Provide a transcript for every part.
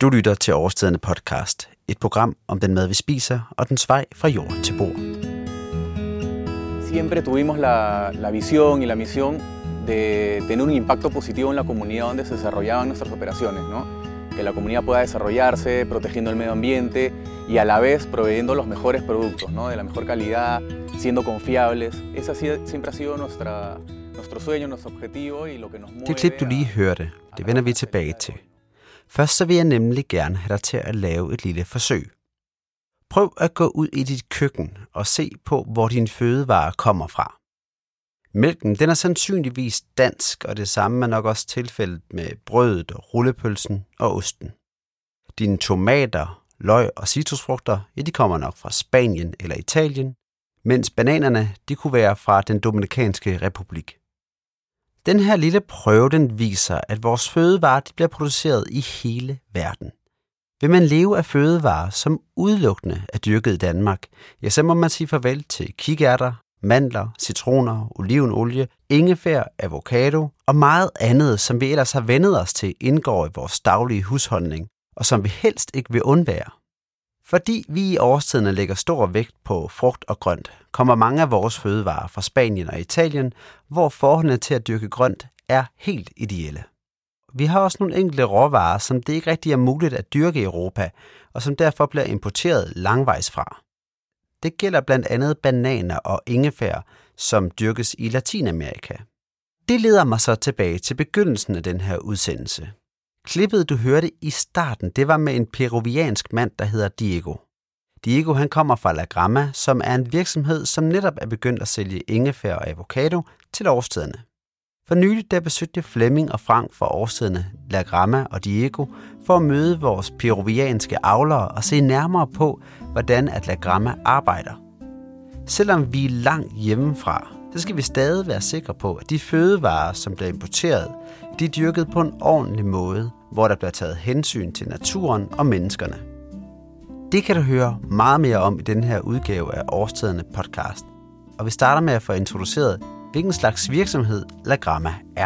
Du lytter til Årstiderne podcast, et program om den mad, vi spiser, og dens vej fra jord til bord. Siempre tuvimos la visión y la misión de tener un impacto positivo en la comunidad donde se desarrollaban nuestras operaciones, ¿no? Que la comunidad pueda desarrollarse protegiendo el medio ambiente y a la vez proveyendo los mejores productos, ¿no? De la mejor calidad, siendo confiables. Ese siempre ha sido nuestro sueño, nuestro objetivo y lo que nos mueve. Det klip, du lige hørte, det vender vi tilbage til. Først så vil jeg nemlig gerne have dig til at lave et lille forsøg. Prøv at gå ud i dit køkken og se på, hvor dine fødevarer kommer fra. Mælken, den er sandsynligvis dansk, og det samme er nok også tilfældet med brødet, rullepølsen og osten. Dine tomater, løg og citrusfrugter, ja, de kommer nok fra Spanien eller Italien, mens bananerne, de kunne være fra den Dominikanske Republik. Den her lille prøve, den viser, at vores fødevarer, de bliver produceret i hele verden. Vil man leve af fødevarer, som udelukkende er dyrket i Danmark, ja, så må man sige farvel til kikærter, mandler, citroner, olivenolie, ingefær, avocado og meget andet, som vi ellers har vendet os til, indgår i vores daglige husholdning, og som vi helst ikke vil undvære. Fordi vi i årstiderne lægger stor vægt på frugt og grønt, kommer mange af vores fødevarer fra Spanien og Italien, hvor forholdene til at dyrke grønt er helt ideelle. Vi har også nogle enkelte råvarer, som det ikke rigtig er muligt at dyrke i Europa, og som derfor bliver importeret langvejs fra. Det gælder blandt andet bananer og ingefær, som dyrkes i Latinamerika. Det leder mig så tilbage til begyndelsen af den her udsendelse. Klippet, du hørte i starten, det var med en peruviansk mand, der hedder Diego. Diego, han kommer fra La Grama, som er en virksomhed, som netop er begyndt at sælge ingefær og avocado til årstiderne. For nylig der besøgte Flemming og Frank fra årstiderne La Grama og Diego for at møde vores peruvianske avlere og se nærmere på, hvordan at La Grama arbejder. Selvom vi er langt hjemmefra, så skal vi stadig være sikre på, at de fødevarer, som bliver importeret, de er dyrket på en ordentlig måde, hvor der bliver taget hensyn til naturen og menneskerne. Det kan du høre meget mere om i den her udgave af Årstiderne podcast. Og vi starter med at få introduceret, hvilken slags virksomhed La Grama er.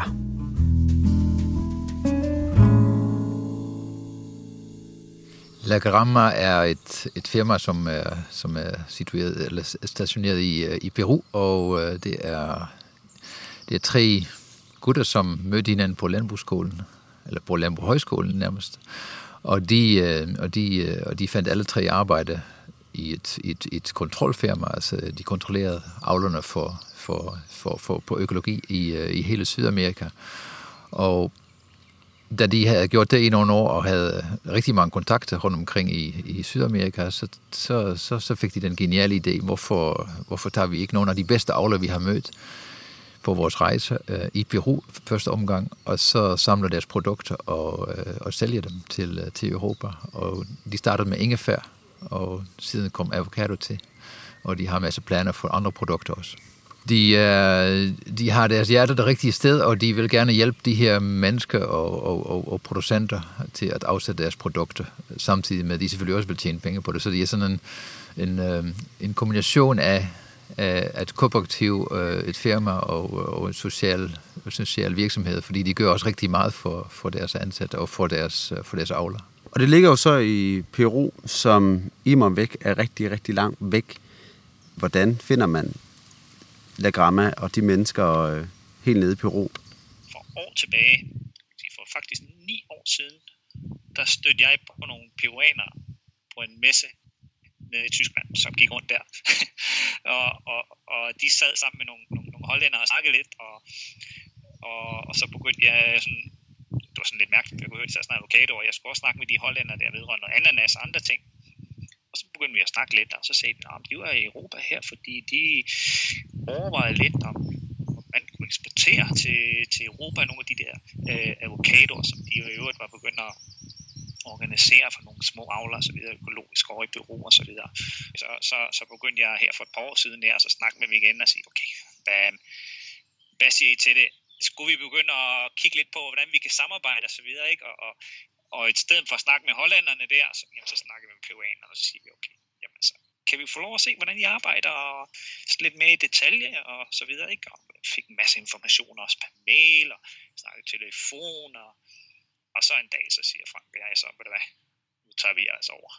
La Grama er et firma, som er situeret eller stationeret i Peru, og det er 3 gutter, som mødte hinanden på landbrugsskolen, eller på landbrugshøjskolen nærmest. Og de fandt alle 3 arbejde i et kontrolfirma, altså de kontrollerede avlerne på økologi i hele Sydamerika. Og da de havde gjort det i nogle år og havde rigtig mange kontakter rundt omkring i Sydamerika, så fik de den geniale idé, hvorfor tager vi ikke nogle af de bedste avlere, vi har mødt på vores rejse i Peru første omgang, og så samler deres produkter og sælger dem til Europa. Og de startede med ingefær, og siden kom avocado til, og de har masser af planer for andre produkter også. De har deres hjerte det rigtige sted, og de vil gerne hjælpe de her mennesker og producenter til at afsætte deres produkter, samtidig med at de selvfølgelig også vil tjene penge på det. Så det er sådan en kombination af et kooperativ, et firma og en social virksomhed, fordi de gør også rigtig meget for deres ansatte og for deres avler. Og det ligger jo så i Peru, som immer væk er rigtig, rigtig langt væk. Hvordan finder man La Grama og de mennesker helt nede i Peru? For år tilbage, for faktisk 9 år siden, der stødte jeg på nogle peruanere på en messe nede i Tyskland, som gik rundt der. og de sad sammen med nogle hollændere og snakkede lidt, og så begyndte jeg sådan, det var sådan lidt mærkeligt, jeg kunne høre, de sad sådan avocado, og jeg skulle også snakke med de hollændere der vedrørende noget ananas og andre ting. Og så begyndte vi at snakke lidt, og så sagde de, at de var i Europa her, fordi de overvejede lidt, om man kunne eksportere til Europa nogle af de der avocadoer, som de jo i øvrigt var begyndt at organisere for nogle små avlere og så videre, økologisk over i Peru og så videre. Så begyndte jeg her for et par år siden der, så snakke med dem igen og sige, okay, hvad siger I til det? Skulle vi begynde at kigge lidt på, hvordan vi kan samarbejde og så videre, ikke? Og i stedet for at snakke med hollænderne der, så snakker vi med peruanerne, og så siger vi, okay, jamen så kan vi få lov at se, hvordan I arbejder, og lidt mere i detalje, og så videre, ikke? Og jeg fik en masse informationer også per mail, og snakkede telefon, og så en dag, så siger Frank, så ved du hvad, tager vi altså over.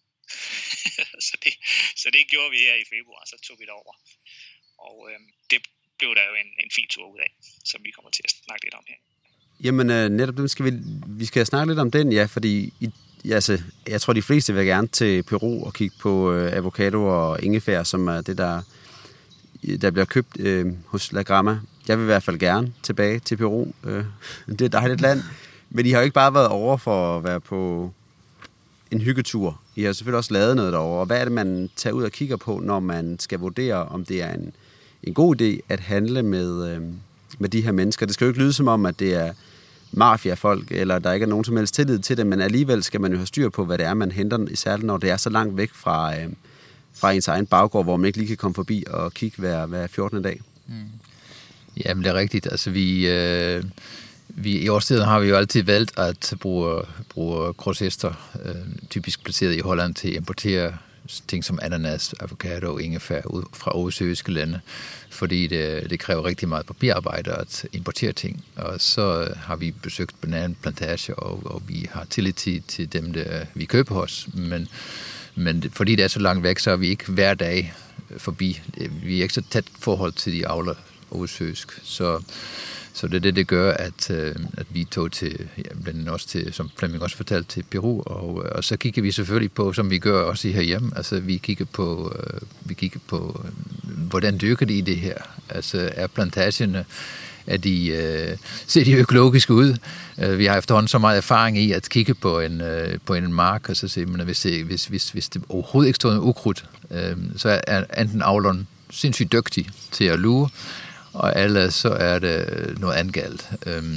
så det gjorde vi her i februar, så tog vi det over. Og det blev der jo en fin tur ud af, som vi kommer til at snakke lidt om her. Jamen netop dem skal vi skal snakke lidt om den, ja, fordi jeg tror de fleste vil gerne til Peru og kigge på avocado og ingefær, som er det, der bliver købt hos La Gramma. Jeg vil i hvert fald gerne tilbage til Peru. Det er et dejligt land, men de har jo ikke bare været over for at være på en hyggetur. I har selvfølgelig også lavet noget derovre. Og hvad er det, man tager ud og kigger på, når man skal vurdere, om det er en god idé at handle med de her mennesker? Det skal jo ikke lyde som om, at det er mafiafolk, eller der ikke er nogen som helst tillid til det, men alligevel skal man jo have styr på, hvad det er, man henter, især når det er så langt væk fra ens egen baggård, hvor man ikke lige kan komme forbi og kigge hver 14. dag. Jamen, det er rigtigt. Altså, vi i årstiden har vi jo altid valgt at bruge grossister, typisk placeret i Holland, til at importere ting som ananas, avocado og ingefær ud fra oversøiske lande, fordi det kræver rigtig meget papirarbejde at importere ting. Og så har vi besøgt bananplantager, og vi har tillid til dem, der vi køber hos. Men fordi det er så langt væk, så er vi ikke hver dag forbi. Vi er ikke så tæt forhold til de avler oversøisk. Så det er det gør, at vi tog til, blandt også til, som Flemming også fortalte, til Peru, og så kigger vi selvfølgelig på, som vi gør også herhjemme, altså vi kigger på, hvordan dyrker de det her? Altså er plantagerne, ser de økologiske ud? Vi har efterhånden så meget erfaring i at kigge på en mark, og så siger man, hvis det overhovedet ikke står noget ukrudt, så er enten avleren sindssygt dygtig til at lure, og ellers så er det noget andet galt.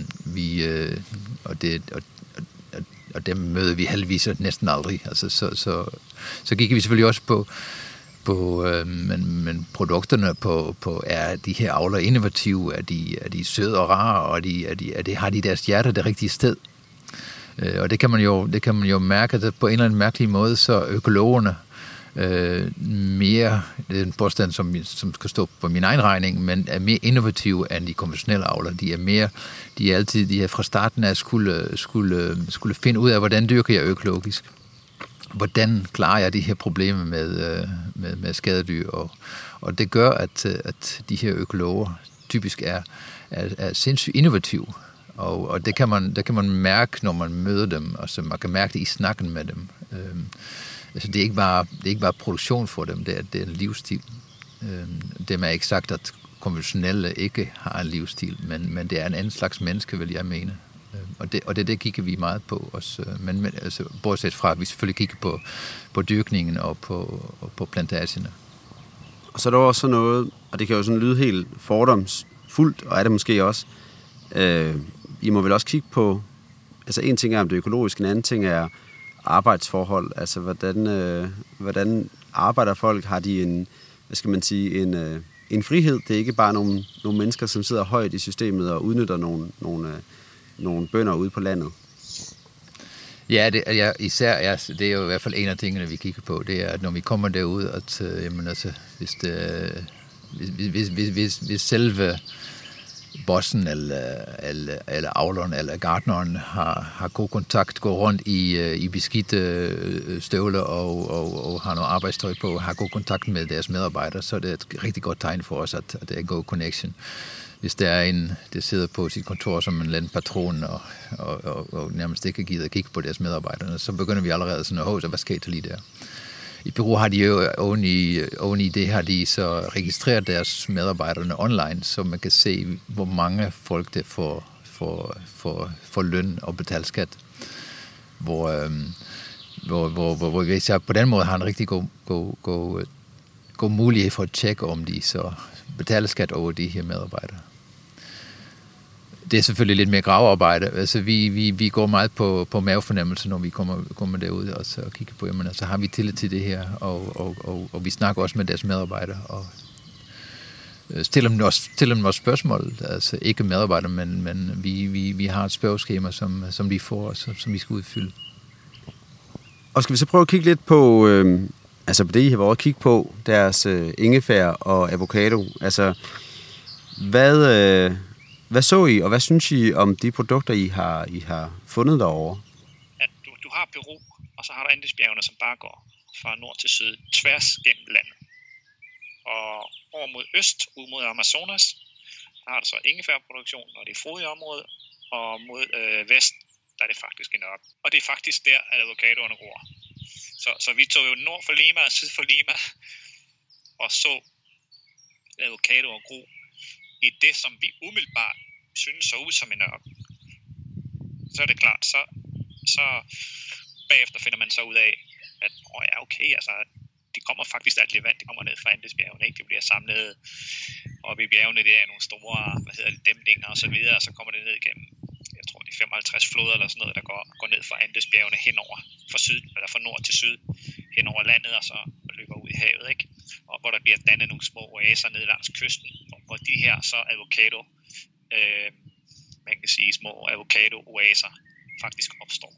Og dem møder vi heldigvis næsten aldrig. Altså, så gik vi selvfølgelig også på men produkterne på er de her avler innovative, er de søde og rare, og har de deres hjerte det rigtige sted. Og det kan man jo mærke, at på en eller anden mærkelig måde, så økologerne mere, det er en påstand, som skal stå på min egen regning, men er mere innovative end de konventionelle avler. De er altid, de er fra starten af skulle finde ud af, hvordan dyrker jeg økologisk. Hvordan klarer jeg de her problemer med skadedyr, og det gør, at de her økologer typisk er sindssygt innovative. Og det kan man mærke, når man møder dem, og så man kan mærke det i snakken med dem. Altså det er ikke bare produktion for dem, det er en livsstil. Dem er ikke sagt, at konventionelle ikke har en livsstil, men det er en anden slags menneske, vil jeg mene. Og det kigger vi meget på også. Men altså, bortset fra, at vi selvfølgelig kigger på dyrkningen og på plantagerne. Og så er der også noget, og det kan jo sådan lyde helt fordomsfuldt, og er det måske også. I må vel også kigge på, altså en ting er om det økologiske, en anden ting er arbejdsforhold. Altså hvordan arbejder folk? Har de en frihed? Det er ikke bare nogle mennesker, som sidder højt i systemet og udnytter nogle bønder ude på landet. Ja, det er jo i hvert fald en af tingene, vi kigger på. Det er, at når vi kommer derud, at hvis selve bossen eller avleren eller gartneren har god kontakt, går rundt i beskidte støvler og har noget arbejdstøj på, har god kontakt med deres medarbejdere, så er det et rigtig godt tegn for os, at det er en god connection. Hvis der er en, der sidder på sit kontor som en landpatron og nærmest ikke gider at kigge på deres medarbejdere, så begynder vi allerede sådan, så hvad sker der lige der? I Peru har de jo oven i det, har de så registreret deres medarbejderne online, så man kan se, hvor mange folk der får løn og betalt skat. Hvor vi så på den måde har en rigtig god mulighed for at tjekke, om de så betaler skat over de her medarbejdere. Det er selvfølgelig lidt mere gravearbejde. Altså vi går meget på mavefornemmelse, når vi kommer derud og så kigger på, jamen, så har vi tillid til det her, og vi snakker også med deres medarbejdere og stiller dem også spørgsmål. Altså ikke medarbejdere, men vi har et spørgeskema, som de får, og som vi skal udfylde. Og skal vi så prøve at kigge lidt på, på det, I har været at kigge på, deres ingefær og avocado. Altså, hvad så I, og hvad synes I om de produkter, I har fundet derovre? At du har Peru, og så har du Andesbjergene, som bare går fra nord til syd, tværs gennem landet. Og over mod øst, ud mod Amazonas, der har du så ingefærproduktion, og det er frodige område, og mod vest, der er det faktisk en ørken. Og det er faktisk der, at avocadoerne gror. Så vi tog jo nord for Lima og syd for Lima, og så avocadoer gro i det, som vi umiddelbart synes så ud som en ørken. Så er det klart, så bagefter finder man så ud af, at ja, okay, altså, de kommer faktisk alt det vand, de kommer ned fra Andesbjergene, ikke? De bliver samlet oppe i bjergene, det er nogle store, dæmninger og så videre, og så kommer det ned igennem, jeg tror, de 55 floder eller sådan noget, der går ned fra Andesbjergene henover, fra nord til syd, hen over landet, og så løber ud i havet, ikke? Og hvor der bliver dannet nogle små oaser ned langs kysten, hvor de her så avocado, man kan sige små avocado-oaser, faktisk opstår.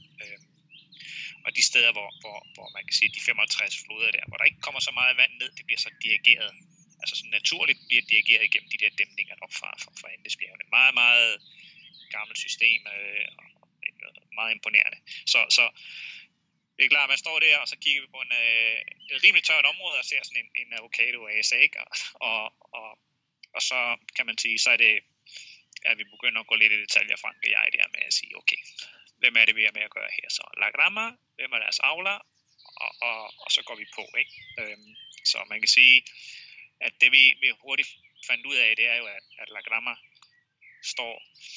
Og de steder, hvor man kan sige, de 55 floder der, hvor der ikke kommer så meget vand ned, det bliver så dirigeret. Altså så naturligt bliver dirigeret igennem de der dæmninger op fra Andesbjergene. Meget, meget gammelt system, meget imponerende. Så det er klart, at man står der, og så kigger vi på et rimelig tørt område og ser sådan en avocado-oase, ikke? Og så kan man sige, så er det, at vi begynder at gå lidt i detaljer, Frank og jeg, der med at sige, okay, hvem er det, vi er med at gøre her? Så La Grama, hvem er deres avler, og så går vi på, ikke? Så man kan sige, at det vi hurtigt fandt ud af, det er jo, at La Grama står,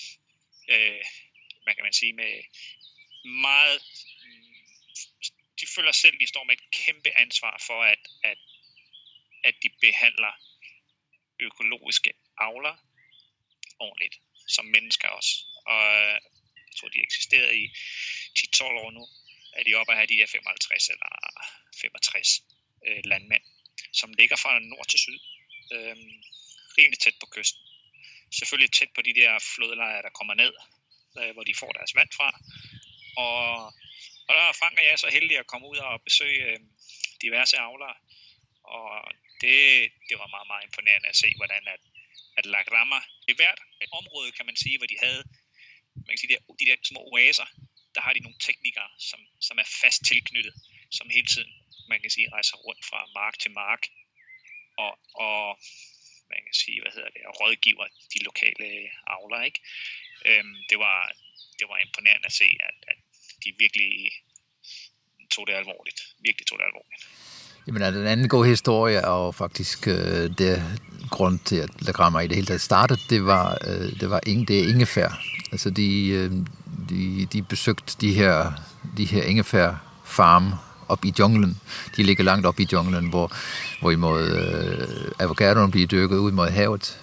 hvad kan man sige, med meget, de føler selv, de står med et kæmpe ansvar for, at de behandler økologiske avler ordentligt, som mennesker også. Og jeg tror, de eksisterede i 10-12 år nu, er de oppe at have de her 55 eller 65 landmænd, som ligger fra nord til syd, rimelig tæt på kysten. Selvfølgelig tæt på de der flodlejer, der kommer ned, hvor de får deres vand fra. Og der er Frank og jeg så heldige at komme ud og besøge diverse avlere, og det var meget, meget imponerende at se, hvordan at La Grama, i hvert område, kan man sige, hvor de havde, man kan sige, de der små oaser, der har de nogle teknikere, som er fast tilknyttet, som hele tiden, man kan sige, rejser rundt fra mark til mark, og man kan sige, og rådgiver de lokale avlere, ikke? Det var imponerende at se, at de virkelig tog det alvorligt. Jamen, den anden gode historie er jo faktisk det grund til, at La Grama i det hele taget startede, det er ingefær. Altså de besøgte de her ingefærfarme op i junglen. De ligger langt op i junglen, hvor imod avocadoen bliver dyrket ud mod havet.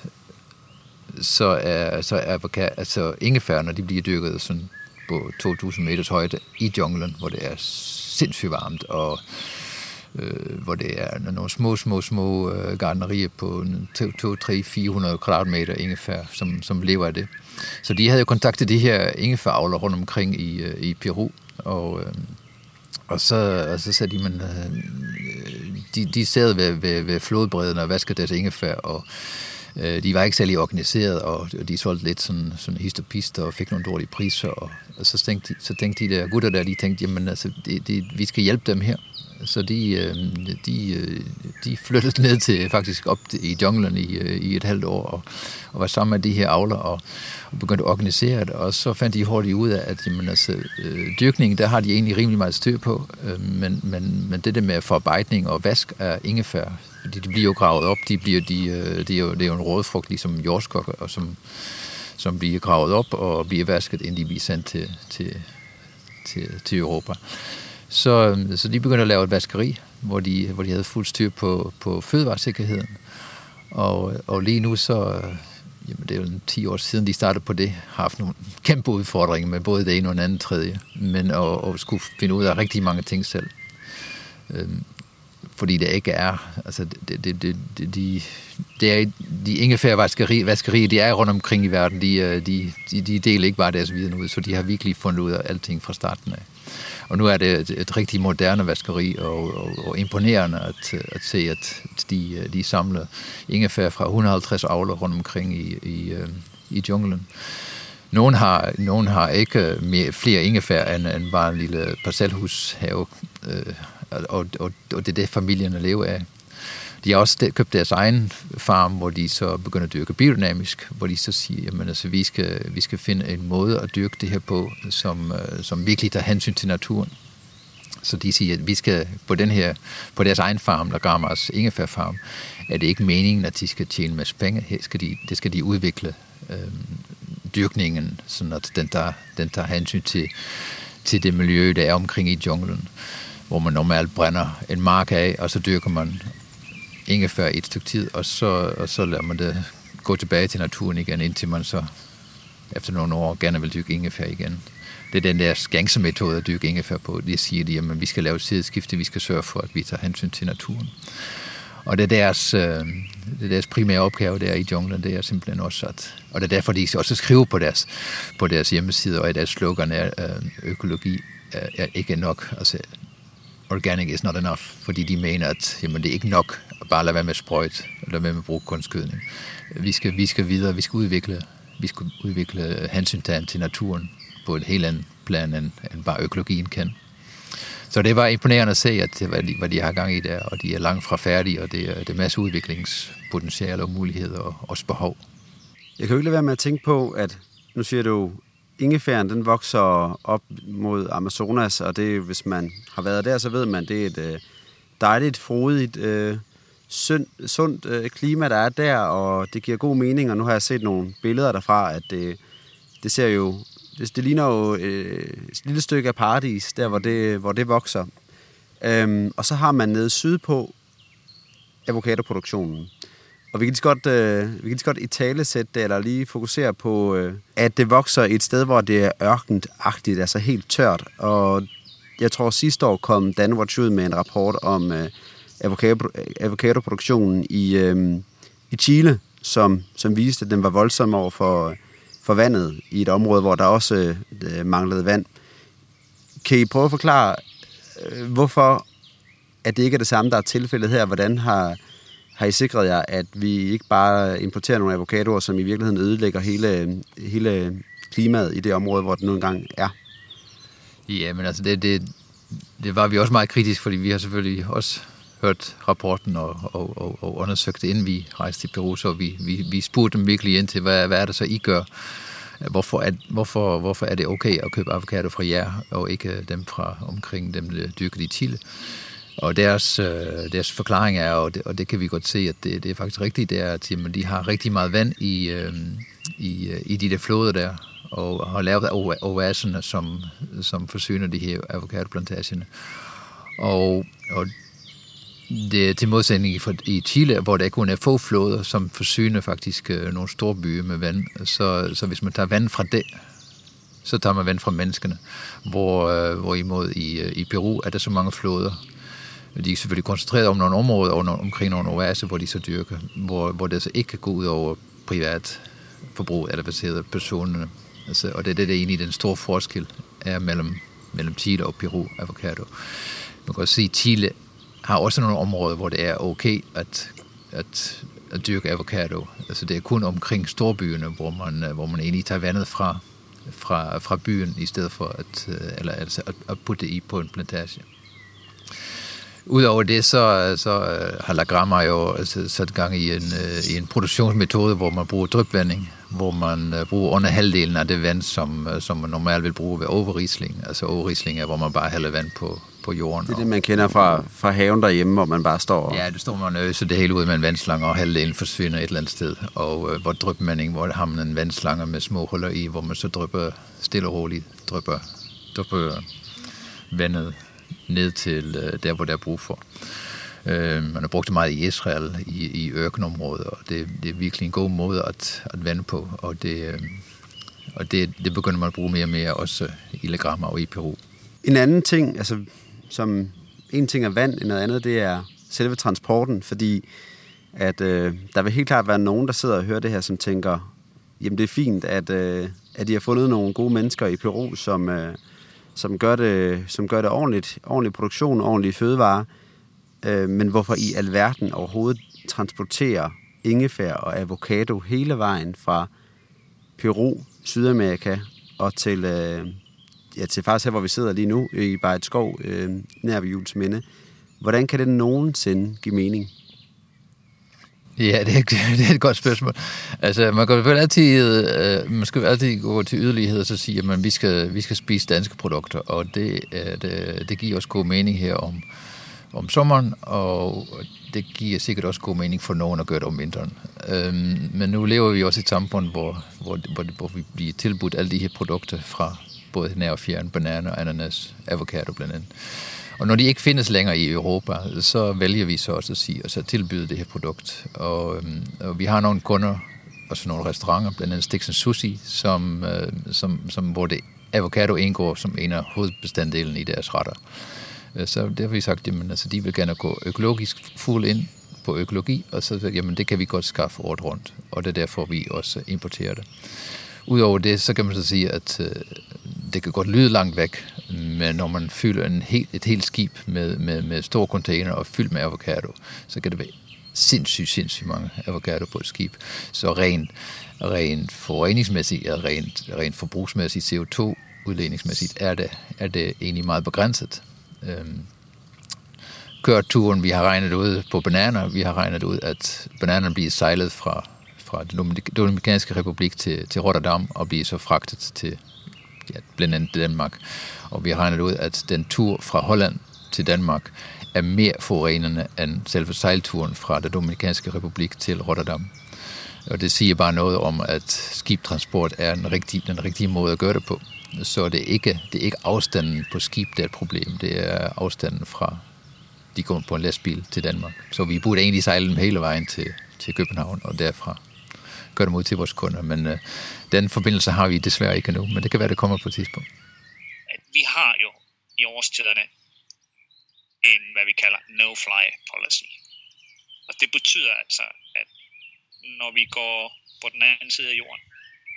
Så ingefær, når de bliver dyrket sådan på 2.000 meters højde i junglen, hvor det er sindssygt varmt, og hvor det er nogle små gartnerier på 200-400 kvadratmeter ingefær, som lever af det. Så de havde jo kontaktet de her ingefæravler rundt omkring i Peru, og så sagde de sad ved flodbredden og vaskede deres ingefær, og de var ikke særlig organiseret, og de solgte lidt sådan hist og pist og fik nogle dårlige priser, og så tænkte de der gutter der, de tænkte, jamen altså, vi skal hjælpe dem her. Så de flyttede ned til faktisk op i junglen i et halvt år, og var sammen med de her avler og begyndte at organisere det, og så fandt de hurtigt ud af, at jamen, altså, dyrkningen, der har de egentlig rimelig meget styr på, men det der med forarbejdning og vask af ingefær, fordi de bliver jo gravet op, det er jo en rådfrugt, ligesom jordskokker, og som bliver gravet op og bliver vasket, inden de bliver sendt til Europa. Så de begyndte at lave et vaskeri, hvor de havde fuldt styr på fødevaresikkerheden. Og lige nu så, jamen det er jo 10 år siden, de startede på det, har haft nogle kæmpe udfordringer med både det ene og den anden tredje, men og skulle finde ud af rigtig mange ting selv. Fordi det ikke er, altså det er de ingefærvaskerier, de er rundt omkring i verden, de deler ikke bare deres viden ud, så de har virkelig fundet ud af alting fra starten af. Og nu er det et rigtig moderne vaskeri, og imponerende at se, at de samler ingefær fra 150 avler rundt omkring i junglen. Nogen har ikke flere ingefær end bare en lille parcelhushave, og det er det, familierne lever af. De har også købt deres egen farm, hvor de så begynder at dyrke biodynamisk, hvor de så siger, jamen altså, vi skal finde en måde at dyrke det her på, som virkelig tager hensyn til naturen. Så de siger, at vi skal på deres egen farm, La Grammas ingefærfarm, er det ikke meningen, at de skal tjene en masse penge. Det skal de udvikle dyrkningen, sådan at den tager hensyn til det miljø, der er omkring i junglen, hvor man normalt brænder en mark af, og så dyrker man ingefær i et stykke tid, og så lader man det gå tilbage til naturen igen, indtil man så efter nogle år gerne vil dyrke ingefær igen. Det er den der gængse metode at dyrke ingefær på. De siger, at vi skal lave et sideskifte, vi skal sørge for, at vi tager hensyn til naturen. Og det er deres primære opgave der i junglen, det er simpelthen også og det er derfor, de også skriver på deres hjemmeside, og at deres slogan er, økologi er ikke nok, altså organic is not enough, fordi de mener, at jamen, det er ikke nok at bare lade være med sprøjt, eller med at bruge kunstgødning. Vi skal videre, vi skal udvikle hensyntagen til naturen på et helt andet plan, end bare økologien kan. Så det var imponerende at se, at hvad de har gang i der, og de er langt fra færdige, og det er masse udviklingspotentiale og muligheder og også behov. Jeg kan jo ikke lade være med at tænke på, at nu siger du, ingefæren den vokser op mod Amazonas, og det, hvis man har været der, så ved man, det er et dejligt, frodigt, sundt klima, der er der, og det giver god mening, og nu har jeg set nogle billeder derfra, at det ser jo, det ligner jo et lille stykke af paradis, der hvor det vokser. Og så har man nede sydpå avocadoproduktionen. Og vi kan lige så godt italesætte det, eller lige fokusere på, at det vokser et sted, hvor det er ørkenagtigt, altså helt tørt. Og jeg tror sidste år kom Danwatch ud med en rapport om avocadoproduktionen i Chile, som viste, at den var voldsom over for vandet i et område, hvor der også manglede vand. Kan I prøve at forklare, hvorfor at det ikke er det samme, der er tilfældet her? Hvordan har I sikret jer, at vi ikke bare importerer nogle avocadoer, som i virkeligheden ødelægger hele klimaet i det område, hvor det nu engang er? Ja, men altså det var vi også meget kritisk, fordi vi har selvfølgelig også hørt rapporten og undersøgt det, inden vi rejste til Peru, så vi spurgte dem virkelig ind til, hvad er det så, I gør? Hvorfor er det okay at købe avocado fra jer, og ikke dem fra omkring dem, der dyrker i Chile? Og deres forklaring er, og det kan vi godt se, at det er faktisk rigtigt, det er, at jamen, de har rigtig meget vand i de der floder der, og har lavet oaserne, som forsyner de her avocadoplantagerne. Og det er til modsætning i Chile, hvor der kun er få floder, som forsyner faktisk nogle store byer med vand. Så hvis man tager vand fra det, så tager man vand fra menneskene. Hvorimod i Peru er der så mange floder. De er selvfølgelig koncentreret om nogle områder omkring nogle oaser, hvor de så dyrker, hvor det så ikke kan gå ud over privat forbrug eller baseret personerne. Altså, og det er egentlig den store forskel er mellem Chile og Peru avocado. Man kan også sige, at Chile har også nogle områder, hvor det er okay at dyrke avocado. Altså det er kun omkring storbyerne, hvor man egentlig tager vandet fra byen, i stedet for at putte det i på en plantage. Udover det, så har La Gramma jo sat gang i en produktionsmetode, hvor man bruger drypvanding, hvor man bruger under halvdelen af det vand, som man normalt vil bruge ved overrisling. Altså overrisling er, hvor man bare hælder vand på jorden. Det er det, man kender fra haven derhjemme, hvor man bare står. Ja, det står man og øser det hele ud med en vandslange, og halvdelen forsvinder et eller andet sted. Og hvor drypvanding, hvor har man en vandslange med små huller i, hvor man så drypper stille og roligt, drypper vandet ned til der, hvor der er brug for. Man har brugt det meget i Israel, i ørkenområder, og det er virkelig en god måde at vande på, og det begynder man at bruge mere og mere, også i La Gramma og i Peru. En anden ting, altså som en ting er vand, en andet det er selve transporten, fordi at der vil helt klart være nogen, der sidder og hører det her, som tænker, jamen det er fint, at de har fundet nogle gode mennesker i Peru, som gør det ordentligt, ordentlig produktion, ordentlige fødevarer, men hvorfor i alverden overhovedet transporterer ingefær og avocado hele vejen fra Peru Sydamerika og til faktisk her, hvor vi sidder lige nu, i Barrit Skov, nær ved Juelsminde. Hvordan kan det nogensinde give mening? Ja, det er et godt spørgsmål. Altså, man skal altid gå til yderlighed og så sige, at vi skal spise danske produkter, og det giver også god mening her om sommeren, og det giver sikkert også god mening for nogen at gøre det om vinteren. Men nu lever vi også i et samfund, hvor vi bliver tilbudt alle de her produkter fra både nær og fjern, bananer, ananas, avocado blandt andet. Og når de ikke findes længere i Europa, så vælger vi så også at sige, og så tilbyde det her produkt. Og vi har nogle kunder, og så nogle restauranter, blandt andet Stix & Sushi, hvor det avocado indgår som en af hovedbestanddelen i deres retter. Så det har vi sagt, jamen, altså, de vil gerne gå økologisk fuld ind på økologi, og så jamen, det kan vi godt skaffe året rundt, og det er derfor, vi også importerer det. Udover det, så kan man så sige, at det kan godt lyde langt væk, men når man fylder et helt skib med store container og fyldt med avocado, så kan det være sindssygt mange avocado på et skib. Så rent forureningsmæssigt og rent forbrugsmæssigt, CO2-udledningsmæssigt, er det egentlig meget begrænset. Køreturen, vi har regnet ud på bananer, vi har regnet ud, at bananerne bliver sejlet fra den Dominikanske Republik til Rotterdam og bliver så fragtet til blandt andet Danmark. Og vi har regnet ud, at den tur fra Holland til Danmark er mere forurenende end selve sejlturen fra den Dominikanske Republik til Rotterdam. Og det siger bare noget om, at skibtransport er den rigtige måde at gøre det på. Så det er ikke afstanden på skib, der er et problem. Det er afstanden fra, de kommer på en lastbil til Danmark. Så vi burde egentlig sejle dem hele vejen til København, og derfra gør dem ud til vores kunder. Men den forbindelse har vi desværre ikke nu, men det kan være, det kommer på et tidspunkt. Vi har jo i årstiderne en, hvad vi kalder no-fly policy. Og det betyder altså, at når vi går på den anden side af jorden,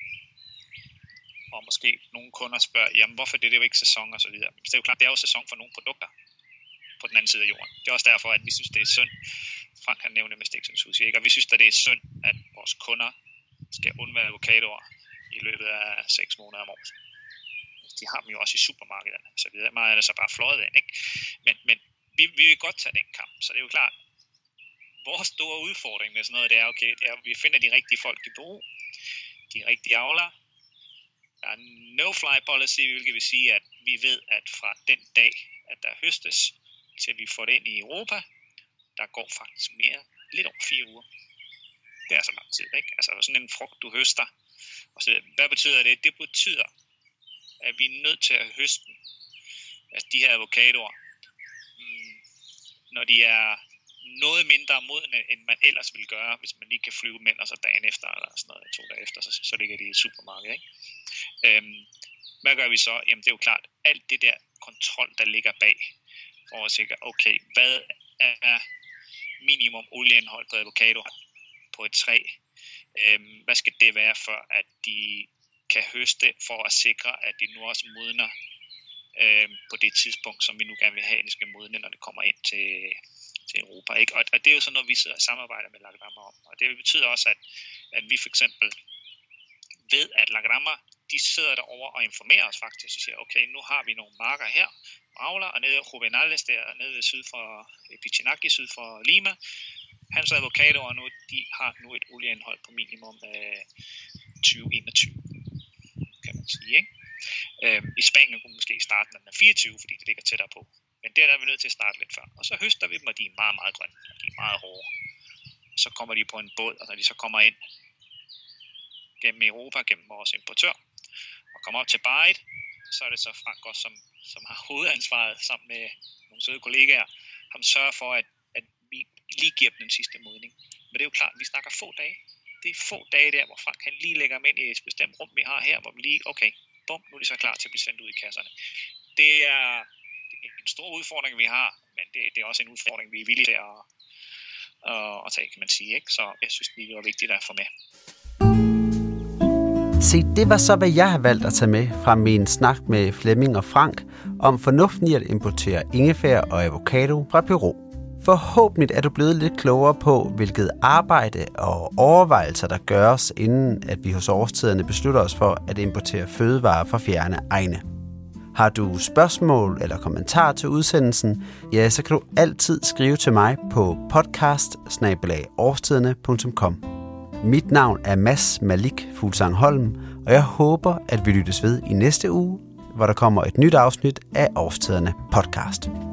og måske nogle kunder spørger, jamen hvorfor det er jo ikke sæson og så videre. Så det er jo klart, det er jo sæson for nogle produkter på den anden side af jorden. Det er også derfor, at vi synes, det er synd. Frank har nævnt det med Stix & Sushi, ikke? Og vi synes, at det er synd, at vores kunder skal undvære avocadoer i løbet af 6 måneder om året. De har dem jo også i supermarkederne, så videre. Meget er det så bare fløjet ind, ikke? Men vi vil godt tage den kamp, så det er jo klart, vores store udfordring med sådan noget, det er, okay, det er, at vi finder de rigtige folk i Peru, de rigtige avlere. Der er no-fly policy, hvilket vil sige, at vi ved, at fra den dag, at der høstes, til vi får det ind i Europa, der går faktisk lidt over 4 uger. Det er så lang tid, ikke? Altså sådan en frugt, du høster. Og så, hvad betyder det? Det betyder, at vi er nødt til at høste altså de her avocadoer, når de er noget mindre modne, end man ellers ville gøre, hvis man lige kan flyve dem ind, og så dagen efter, eller sådan noget, 2 dage efter, så ligger de i et supermarked, ikke? Hvad gør vi så? Jamen det er jo klart, alt det der kontrol, der ligger bag, for at sikre, okay, hvad er minimum olieindhold på avocado på et træ? Hvad skal det være, for at de kan høste, for at sikre, at de nu også modner på det tidspunkt, som vi nu gerne vil have, at de skal modne, når det kommer ind til Europa, ikke? Og det er jo sådan noget, vi sidder og samarbejder med Lagramma om. Og det betyder også, at vi for eksempel ved, at Lagramma, de sidder derovre og informerer os faktisk, og siger, okay, nu har vi nogle marker her, avler, og nede i Juvenales, der nede syd for Pichinaki, syd for Lima, hans avocadoer nu, de har nu et olieindhold på minimum 2021, kan man sige, ikke? I Spanien kunne måske starte, når den er 24, fordi det ligger tættere på. Men der er vi nødt til at starte lidt før. Og så høster vi dem, og de er meget, meget grønne, og de er meget hårde. Så kommer de på en båd, og når de så kommer ind gennem Europa, gennem vores importør, og kommer op til Barrit, så er det så Frank også, som har hovedansvaret sammen med nogle søde kollegaer, som sørger for, at vi lige giver dem den sidste modning. Men det er jo klart, at vi snakker få dage. Det er få dage der, hvor Frank kan lige lægger dem ind i et bestemt rum, vi har her, hvor vi lige, okay, bum, nu er de så klar til at blive sendt ud i kasserne. Det er en stor udfordring, vi har, men det er også en udfordring, vi er villige til at tage, kan man sige, ikke? Så jeg synes, det er vigtigt at få med. Se, det var så, hvad jeg har valgt at tage med fra min snak med Flemming og Frank om fornuften i at importere ingefær og avocado fra Peru. Forhåbentlig er du blevet lidt klogere på, hvilket arbejde og overvejelser, der gøres, inden at vi hos Årstiderne beslutter os for at importere fødevarer fra fjerne egne. Har du spørgsmål eller kommentarer til udsendelsen, ja, så kan du altid skrive til mig på podcast@årstiderne.com. Mit navn er Mads Malik Fuglsang Holm, og jeg håber, at vi lyttes ved i næste uge, hvor der kommer et nyt afsnit af Årstiderne podcast.